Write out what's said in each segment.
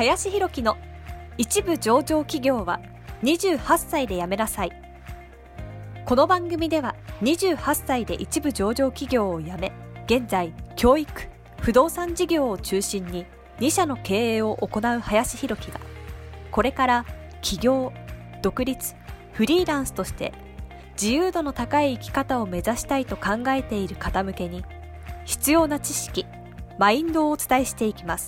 林弘樹の一部上場企業は28歳で辞めなさい。この番組では28歳で一部上場企業を辞め、現在教育、不動産事業を中心に2社の経営を行う林弘樹が、これから起業、独立、フリーランスとして自由度の高い生き方を目指したいと考えている方向けに、必要な知識、マインドをお伝えしていきます。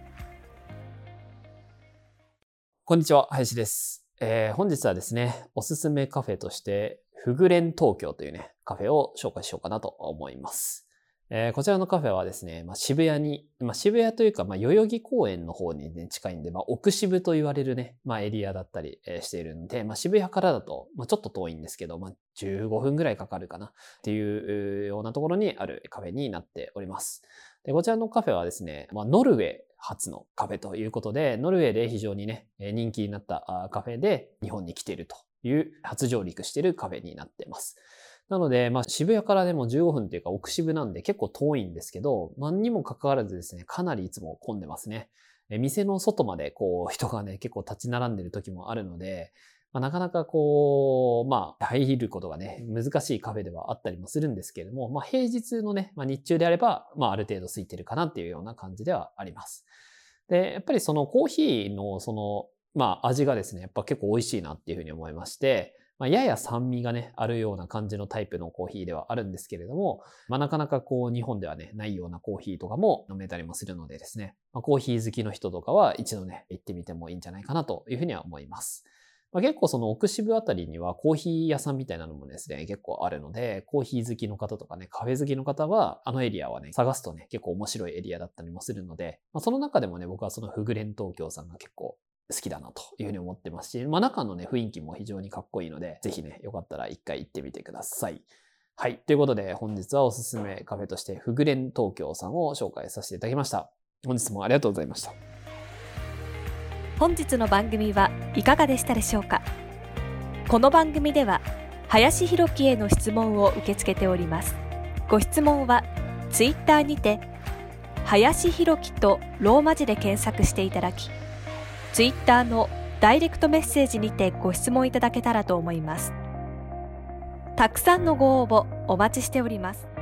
こんにちは、林です。本日はですね、おすすめカフェとしてフグレン東京というね、カフェを紹介しようかなと思います。こちらのカフェはですね、渋谷に、渋谷というか、代々木公園の方に、ね、近いんで、奥渋と言われるね、エリアだったりしているんで、渋谷からだと、ちょっと遠いんですけど、15分ぐらいかかるかなっていうようなところにあるカフェになっております。で、こちらのカフェはですね、ノルウェー初のカフェということで、ノルウェーで非常にね、人気になったカフェで日本に来ているという初上陸しているカフェになっています。なので、渋谷からでも15分っていうか奥渋なんで結構遠いんですけど、にもかかわらずですね、かなりいつも混んでますね。店の外まで人がね、結構立ち並んでる時もあるので、なかなか入ることがね、難しいカフェではあったりもするんですけれども、平日のね、日中であれば、ある程度空いてるかなっていうような感じではあります。で、やっぱりそのコーヒーの味がですね、やっぱ結構美味しいなっていうふうに思いまして、やや酸味がね、あるような感じのタイプのコーヒーではあるんですけれども、なかなか日本ではね、ないようなコーヒーとかも飲めたりもするのでですね、コーヒー好きの人とかは一度ね、行ってみてもいいんじゃないかなというふうには思います。結構その奥渋あたりにはコーヒー屋さんみたいなのもですね、結構あるので、コーヒー好きの方とかね、カフェ好きの方は、あのエリアはね、探すとね、結構面白いエリアだったりもするので、その中でもね、僕はそのフグレン東京さんが結構好きだなというふうに思ってますし、中のね、雰囲気も非常にかっこいいので、ぜひね、よかったら一回行ってみてください。はい。ということで、本日はおすすめカフェとしてフグレン東京さんを紹介させていただきました。本日もありがとうございました。 本日の番組はいかがでしたでしょうか。この番組では林弘樹への質問を受け付けております。ご質問はツイッターにて林弘樹とローマ字で検索していただき、ツイッターのダイレクトメッセージにてご質問いただけたらと思います。たくさんのご応募お待ちしております。